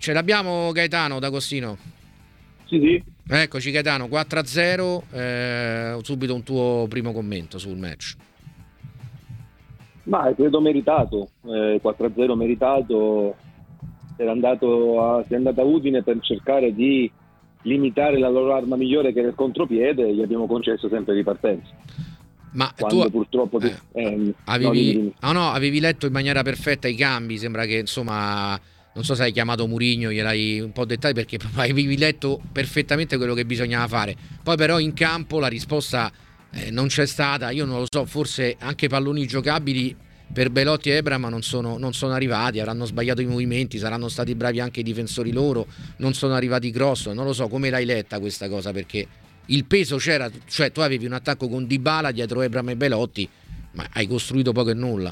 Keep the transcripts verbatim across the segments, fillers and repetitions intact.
ce l'abbiamo Gaetano D'Agostino? Sì, sì. Eccoci Gaetano, quattro a zero, eh, subito un tuo primo commento sul match. Ma credo meritato, eh, quattro a zero meritato, si è andato a, si è andata a Udine per cercare di limitare la loro arma migliore che era il contropiede, e gli abbiamo concesso sempre ripartenza. Ma Quando tu purtroppo eh, eh, avevi, no, ah no, avevi letto in maniera perfetta i cambi, sembra che insomma, non so se hai chiamato Mourinho, gliel'hai un po' dettati perché avevi letto perfettamente quello che bisognava fare. Poi però in campo la risposta eh, non c'è stata, io non lo so, forse anche palloni giocabili per Belotti e Ebram non sono, non sono arrivati, avranno sbagliato i movimenti, saranno stati bravi anche i difensori loro, non sono arrivati grosso, non lo so come l'hai letta questa cosa, perché il peso c'era, cioè tu avevi un attacco con Dybala dietro Ebram e Belotti, ma hai costruito poco e nulla.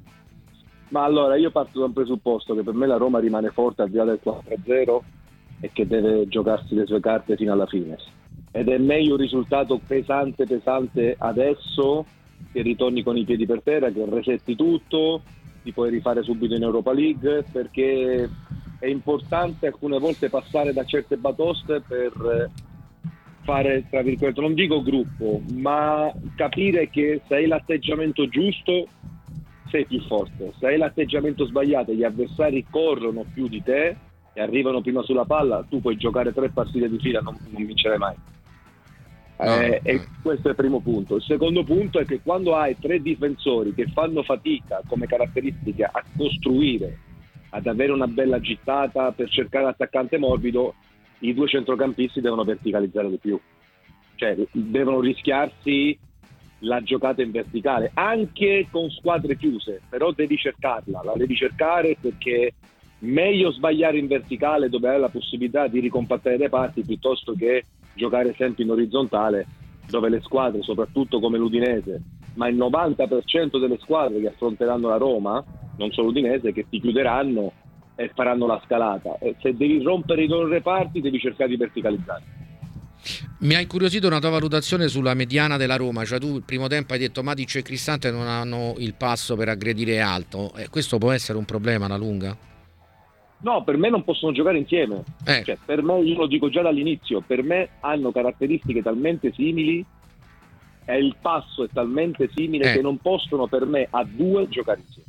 Ma allora io parto da un presupposto che per me la Roma rimane forte al di là del quattro a zero e che deve giocarsi le sue carte fino alla fine, ed è meglio un risultato pesante pesante adesso, che ritorni con i piedi per terra, che resetti tutto, ti puoi rifare subito in Europa League, perché è importante alcune volte passare da certe batoste per fare, tra virgolette, non dico gruppo, ma capire che se hai l'atteggiamento giusto sei più forte, se hai l'atteggiamento sbagliato e gli avversari corrono più di te e arrivano prima sulla palla, tu puoi giocare tre partite di fila, non, non vincerai mai. No, eh, no. E questo è il primo punto. Il secondo punto è che quando hai tre difensori che fanno fatica come caratteristiche a costruire, ad avere una bella gittata per cercare l'attaccante morbido, i due centrocampisti devono verticalizzare di più, cioè devono rischiarsi la giocata in verticale anche con squadre chiuse, però devi cercarla, la devi cercare, perché meglio sbagliare in verticale dove hai la possibilità di ricompattare le parti piuttosto che giocare sempre in orizzontale dove le squadre, soprattutto come l'Udinese, ma il novanta per cento delle squadre che affronteranno la Roma, non solo l'Udinese, che ti chiuderanno e faranno la scalata, e se devi rompere i loro reparti devi cercare di verticalizzare. Mi ha incuriosito una tua valutazione sulla mediana della Roma, cioè tu il primo tempo hai detto Matic e Cristante non hanno il passo per aggredire alto, e questo può essere un problema alla lunga? No, per me non possono giocare insieme, Eh. cioè, per me, io lo dico già dall'inizio, per me hanno caratteristiche talmente simili e il passo è talmente simile Eh. che non possono per me a due giocare insieme.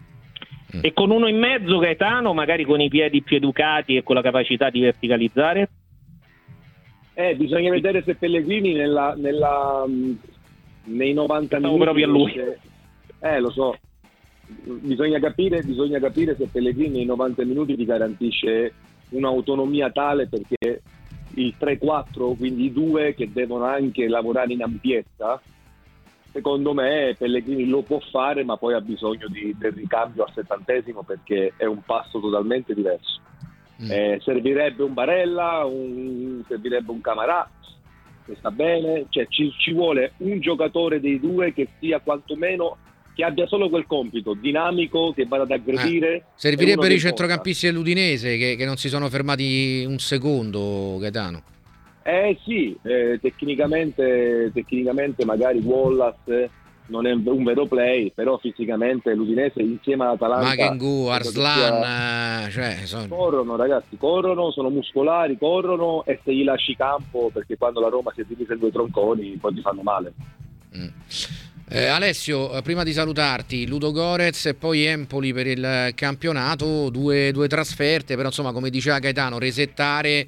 E con uno in mezzo, Gaetano, magari con i piedi più educati e con la capacità di verticalizzare? Eh, bisogna vedere se Pellegrini nella, nella, nei novanta Stavo minuti proprio a lui. riesce- eh lo so, bisogna capire, bisogna capire se Pellegrini nei novanta minuti ti garantisce un'autonomia tale, perché il tre quattro, quindi i due che devono anche lavorare in ampiezza, secondo me Pellegrini lo può fare, ma poi ha bisogno di, del ricambio al settantesimo, perché è un passo totalmente diverso. Eh, servirebbe un Barella, un, servirebbe un Camarà che sta bene, cioè ci, ci vuole un giocatore dei due che sia quantomeno, che abbia solo quel compito dinamico, che vada ad aggredire. Eh. Servirebbero i i centrocampisti dell'Udinese che, che non si sono fermati un secondo, Gaetano. Eh sì, eh, tecnicamente, tecnicamente magari Wallace non è un vero play, però fisicamente l'Udinese insieme all'Atalanta, Magengu, Arslan, eh, cioè, sono... corrono ragazzi, corrono, sono muscolari, corrono, e se gli lasci campo, perché quando la Roma si è divisa in due tronconi poi ti fanno male. Mm. Eh, Alessio, prima di salutarti, Ludogorets e poi Empoli per il campionato, due, due trasferte, però insomma come diceva Gaetano, resettare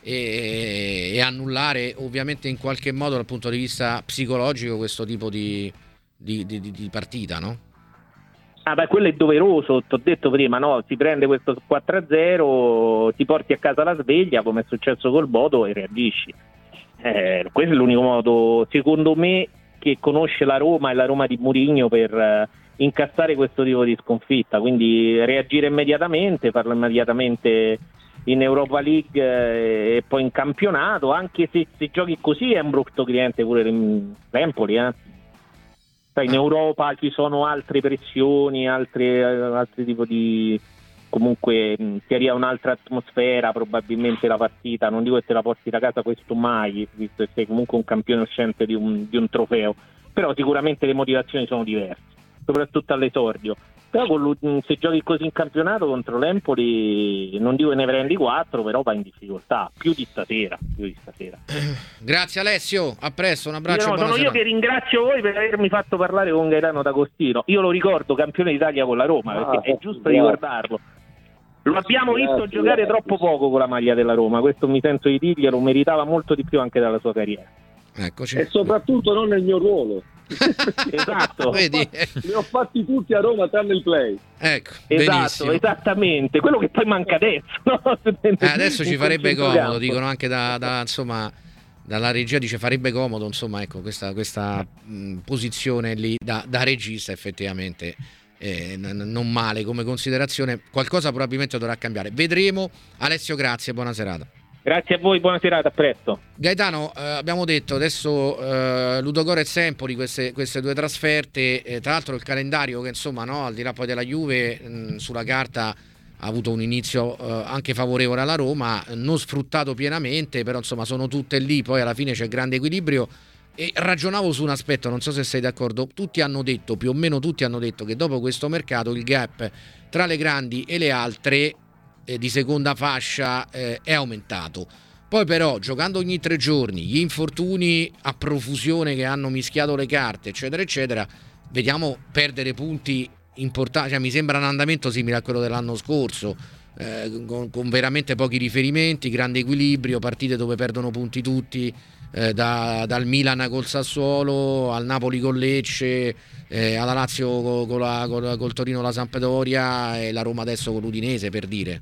e, e annullare ovviamente in qualche modo dal punto di vista psicologico questo tipo di, di, di, di partita, no? Ah beh, quello è doveroso, ti ho detto prima, no? Si prende questo quattro a zero, ti porti a casa la sveglia come è successo col Bodo e reagisci. Eh, questo è l'unico modo, secondo me, che conosce la Roma e la Roma di Mourinho per eh, incassare questo tipo di sconfitta, quindi reagire immediatamente, farlo immediatamente in Europa League eh, e poi in campionato, anche se, se giochi così è un brutto cliente pure l'Empoli, eh. In Europa ci sono altre pressioni, altri, altri tipi di, comunque ti arriva un'altra atmosfera, probabilmente la partita, non dico che te la porti da casa questo mai, visto che sei comunque un campione uscente di un, di un trofeo, però sicuramente le motivazioni sono diverse, soprattutto all'esordio, Però con se giochi così in campionato contro l'Empoli, non dico che ne prendi quattro, però va in difficoltà, più di stasera, più di stasera. Grazie Alessio, a presto, un abbraccio. Io no, sono io che ringrazio voi per avermi fatto parlare con Gaetano D'Agostino. Io lo ricordo campione d'Italia con la Roma, perché ah, è giusto grazie. ricordarlo. Lo abbiamo grazie, visto giocare grazie. troppo poco con la maglia della Roma, questo mi sento di dirgli, lo meritava molto di più anche dalla sua carriera. Eccoci. E soprattutto non nel mio ruolo. Esatto, vedi? Li ho fatti tutti a Roma tranne il play. Ecco, esatto, benissimo. Esattamente, quello che poi manca adesso, no? eh, adesso ci farebbe comodo, dicono anche da, da insomma dalla regia, dice farebbe comodo, insomma, ecco, questa, questa mh, posizione lì da, da regista effettivamente eh, n- non male come considerazione, qualcosa probabilmente dovrà cambiare, vedremo. Alessio, grazie, buona serata. Grazie a voi, buona serata, a presto. Gaetano, eh, abbiamo detto adesso eh, Ludogorets Empoli, queste, queste due trasferte, eh, tra l'altro il calendario che insomma no, al di là poi della Juve mh, sulla carta ha avuto un inizio eh, anche favorevole alla Roma, non sfruttato pienamente, però insomma sono tutte lì, poi alla fine c'è grande equilibrio. E ragionavo su un aspetto, non so se sei d'accordo, tutti hanno detto, più o meno tutti hanno detto che dopo questo mercato il gap tra le grandi e le altre di seconda fascia eh, è aumentato. Poi però giocando ogni tre giorni, gli infortuni a profusione che hanno mischiato le carte eccetera eccetera, vediamo perdere punti importanti, cioè, mi sembra un andamento simile a quello dell'anno scorso, eh, con, con veramente pochi riferimenti, grande equilibrio, partite dove perdono punti tutti, eh, da, dal Milan col Sassuolo al Napoli con Lecce, eh, alla Lazio con, con la, con, col Torino la Sampdoria e la Roma adesso con l'Udinese, per dire.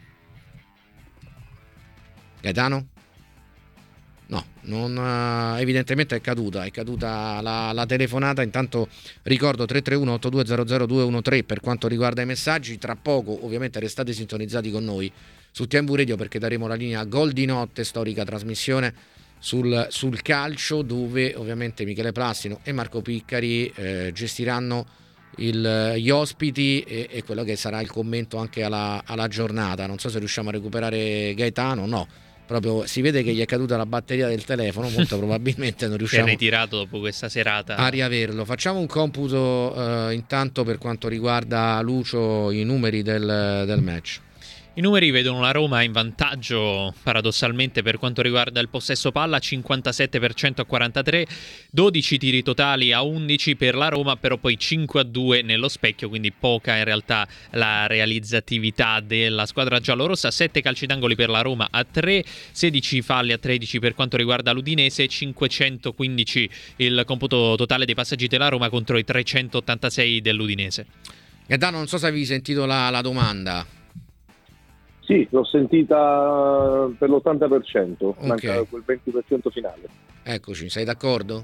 Gaetano? No, non, evidentemente è caduta, è caduta la, la telefonata. Intanto ricordo tre tre uno otto due zero zero due uno tre per quanto riguarda i messaggi. Tra poco ovviamente restate sintonizzati con noi su T M V Radio, perché daremo la linea Gol di Notte, storica trasmissione sul, sul calcio, dove ovviamente Michele Plastino e Marco Piccari eh, gestiranno il, gli ospiti e, e quello che sarà il commento anche alla, alla giornata. Non so se riusciamo a recuperare Gaetano, no, proprio si vede che gli è caduta la batteria del telefono, molto probabilmente non riusciamo si è ritirato dopo questa serata a riaverlo. Facciamo un computo eh, intanto per quanto riguarda Lucio i numeri del, del match. I numeri vedono la Roma in vantaggio paradossalmente per quanto riguarda il possesso palla, cinquantasette per cento a quarantatré, dodici tiri totali a undici per la Roma, però poi cinque a due nello specchio, quindi poca in realtà la realizzatività della squadra giallorossa. Sette calci d'angoli per la Roma a tre, sedici falli a tredici per quanto riguarda l'Udinese, cinquecentoquindici il computo totale dei passaggi della Roma contro i trecentottantasei dell'Udinese. Gaetano, non so se avevi sentito la, la domanda. Sì, l'ho sentita per l'ottanta per cento, okay. Manca quel venti per cento finale. Eccoci, sei d'accordo?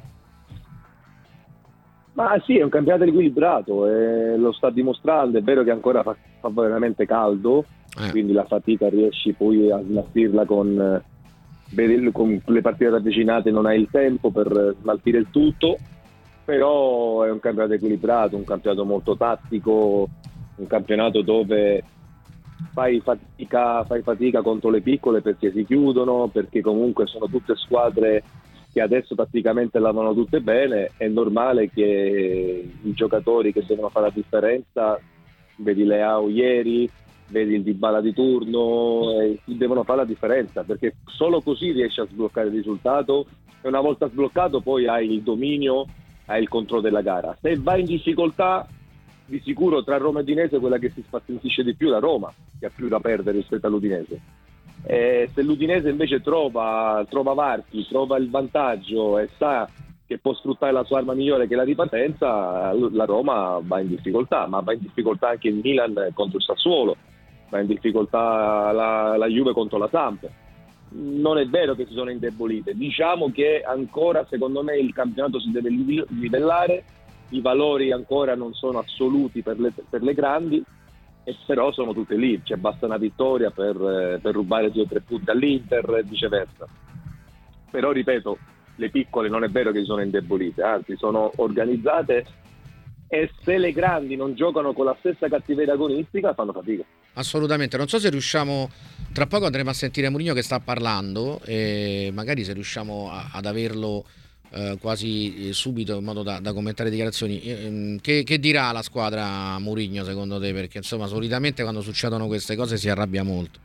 Ma sì, è un campionato equilibrato, e lo sta dimostrando. È vero che ancora fa, fa veramente caldo, eh. quindi la fatica riesci poi a smaltirla con, con le partite ravvicinate, non hai il tempo per smaltire il tutto, però è un campionato equilibrato, un campionato molto tattico, un campionato dove fai fatica, fai fatica contro le piccole perché si chiudono, perché comunque sono tutte squadre che adesso praticamente lavorano tutte bene. È normale che i giocatori che devono fare la differenza, vedi Leao ieri, vedi il Dybala di turno, eh, devono fare la differenza, perché solo così riesci a sbloccare il risultato, e una volta sbloccato poi hai il dominio, hai il controllo della gara. Se vai in difficoltà, di sicuro tra Roma e Udinese quella che si spazientisce di più è la Roma, che ha più da perdere rispetto all'Udinese. E se l'Udinese invece trova, trova varchi, trova il vantaggio e sa che può sfruttare la sua arma migliore che è la ripartenza, la Roma va in difficoltà, ma va in difficoltà anche il Milan contro il Sassuolo, va in difficoltà la, la Juve contro la Samp. Non è vero che si sono indebolite, diciamo che ancora secondo me il campionato si deve livellare, i valori ancora non sono assoluti per le, per le grandi, e però sono tutte lì, cioè basta una vittoria per, per rubare due o tre punti all'Inter e viceversa. Però ripeto, le piccole non è vero che si sono indebolite, anzi sono organizzate, e se le grandi non giocano con la stessa cattiveria agonistica fanno fatica. Assolutamente, non so se riusciamo, tra poco andremo a sentire Mourinho che sta parlando, e magari se riusciamo a, ad averlo eh, quasi subito in modo da, da commentare le dichiarazioni. Eh, che, che dirà la squadra Mourinho secondo te? Perché insomma solitamente quando succedono queste cose si arrabbia molto.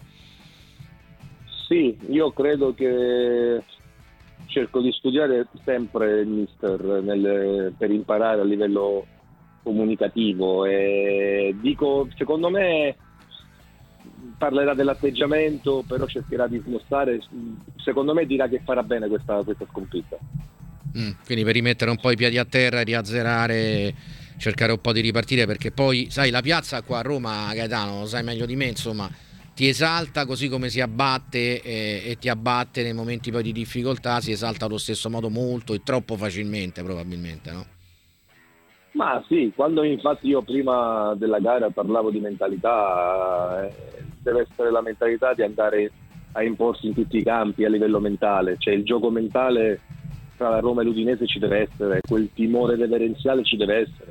Sì, io credo che cerco di studiare sempre il mister nel, per imparare a livello comunicativo e dico, secondo me parlerà dell'atteggiamento, però cercherà di dimostrare, secondo me dirà che farà bene questa, questa sconfitta. Mm, quindi per rimettere un po' i piedi a terra, riazzerare, cercare un po' di ripartire, perché poi sai la piazza qua a Roma, Gaetano, lo sai meglio di me, insomma ti esalta così come si abbatte e, e ti abbatte nei momenti poi di difficoltà, si esalta allo stesso modo molto e troppo facilmente probabilmente, no? Ma sì, quando infatti io prima della gara parlavo di mentalità, eh, deve essere la mentalità di andare a imporsi in tutti i campi a livello mentale, cioè il gioco mentale tra la Roma e l'Udinese ci deve essere, quel timore reverenziale ci deve essere.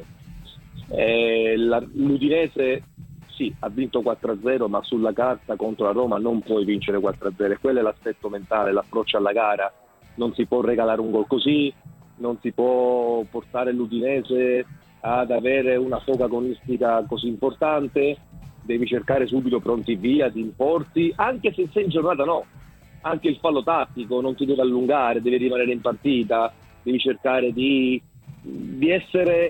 Eh, la, L'Udinese sì, ha vinto quattro a zero, ma sulla carta contro la Roma non puoi vincere quattro a zero, e quello è l'aspetto mentale, l'approccio alla gara. Non si può regalare un gol così, non si può portare l'Udinese ad avere una foga agonistica così importante, devi cercare subito pronti via, ti importi, anche se sei in giornata no, anche il fallo tattico non ti deve allungare, devi rimanere in partita, devi cercare di, di essere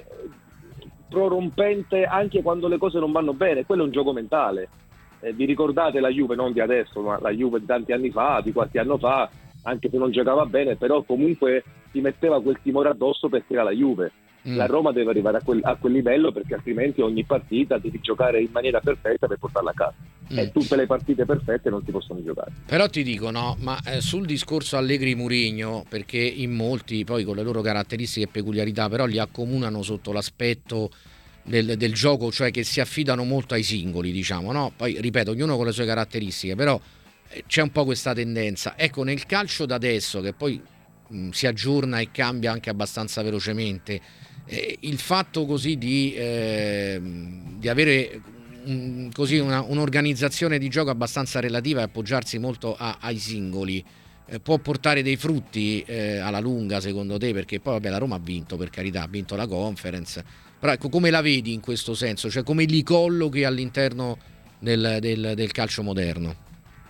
prorompente anche quando le cose non vanno bene, quello è un gioco mentale. Eh, vi ricordate la Juve, non di adesso, ma la Juve di tanti anni fa, di qualche anno fa, anche se non giocava bene, però comunque ti metteva quel timore addosso perché era la Juve. Mm. La Roma deve arrivare a quel, a quel livello, perché altrimenti ogni partita devi giocare in maniera perfetta per portarla a casa. Mm. E tutte le partite perfette non si possono giocare. Però ti dico, no, ma eh, sul discorso Allegri-Mourinho, perché in molti poi con le loro caratteristiche e peculiarità però li accomunano sotto l'aspetto del, del gioco, cioè che si affidano molto ai singoli, diciamo, no? Poi ripeto, ognuno con le sue caratteristiche, però eh, c'è un po' questa tendenza. Ecco, nel calcio da adesso, che poi mh, si aggiorna e cambia anche abbastanza velocemente, eh, il fatto così di, eh, di avere mh, così una, un'organizzazione di gioco abbastanza relativa e appoggiarsi molto a, ai singoli eh, può portare dei frutti eh, alla lunga secondo te? Perché poi vabbè, la Roma ha vinto, per carità, ha vinto la Conference, però ecco, come la vedi in questo senso? Cioè come li collochi all'interno del, del, del calcio moderno?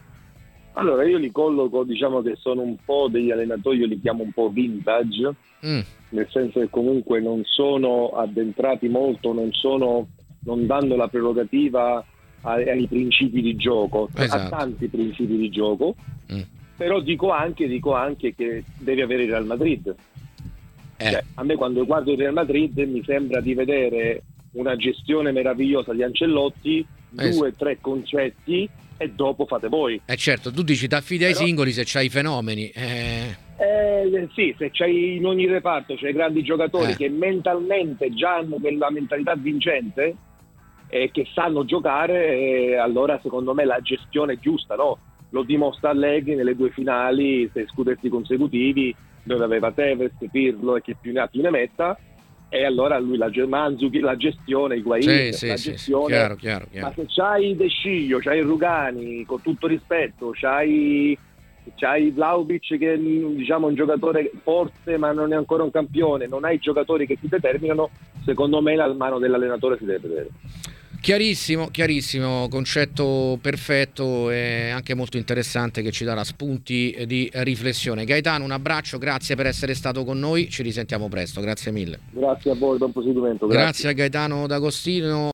Allora io li colloco, diciamo che sono un po' degli allenatori, io li chiamo un po' vintage, mm. nel senso che comunque non sono addentrati molto, non sono, non danno la prerogativa ai, ai principi di gioco, esatto. a tanti principi di gioco, mm. però dico anche, dico anche che devi avere il Real Madrid. Eh. Cioè, a me quando guardo il Real Madrid mi sembra di vedere una gestione meravigliosa di Ancelotti, eh. due, tre concetti, e dopo fate voi. Eh certo, tu dici t'affidi ai singoli se c'hai i fenomeni. Eh... Eh, sì, se c'hai in ogni reparto c'hai grandi giocatori eh. che mentalmente già hanno quella mentalità vincente e che sanno giocare, e allora secondo me la gestione è giusta, no? Lo dimostra Allegri nelle due finali, sei scudetti consecutivi, dove aveva Tevez, Pirlo e che più ne ha più ne metta. E allora lui la Mandzukic, la gestione, Higuaín, sì, la sì, gestione, sì, chiaro, chiaro, chiaro. Ma se c'hai De Sciglio, c'hai Rugani, con tutto rispetto, c'hai, c'hai Vlahovic che diciamo è un giocatore forte ma non è ancora un campione, non hai giocatori che ti determinano, secondo me la mano dell'allenatore si deve vedere. Chiarissimo, chiarissimo, concetto perfetto e anche molto interessante che ci darà spunti di riflessione. Gaetano, un abbraccio, grazie per essere stato con noi, ci risentiamo presto, grazie mille. Grazie a voi, buon proseguimento. Grazie, grazie a Gaetano D'Agostino.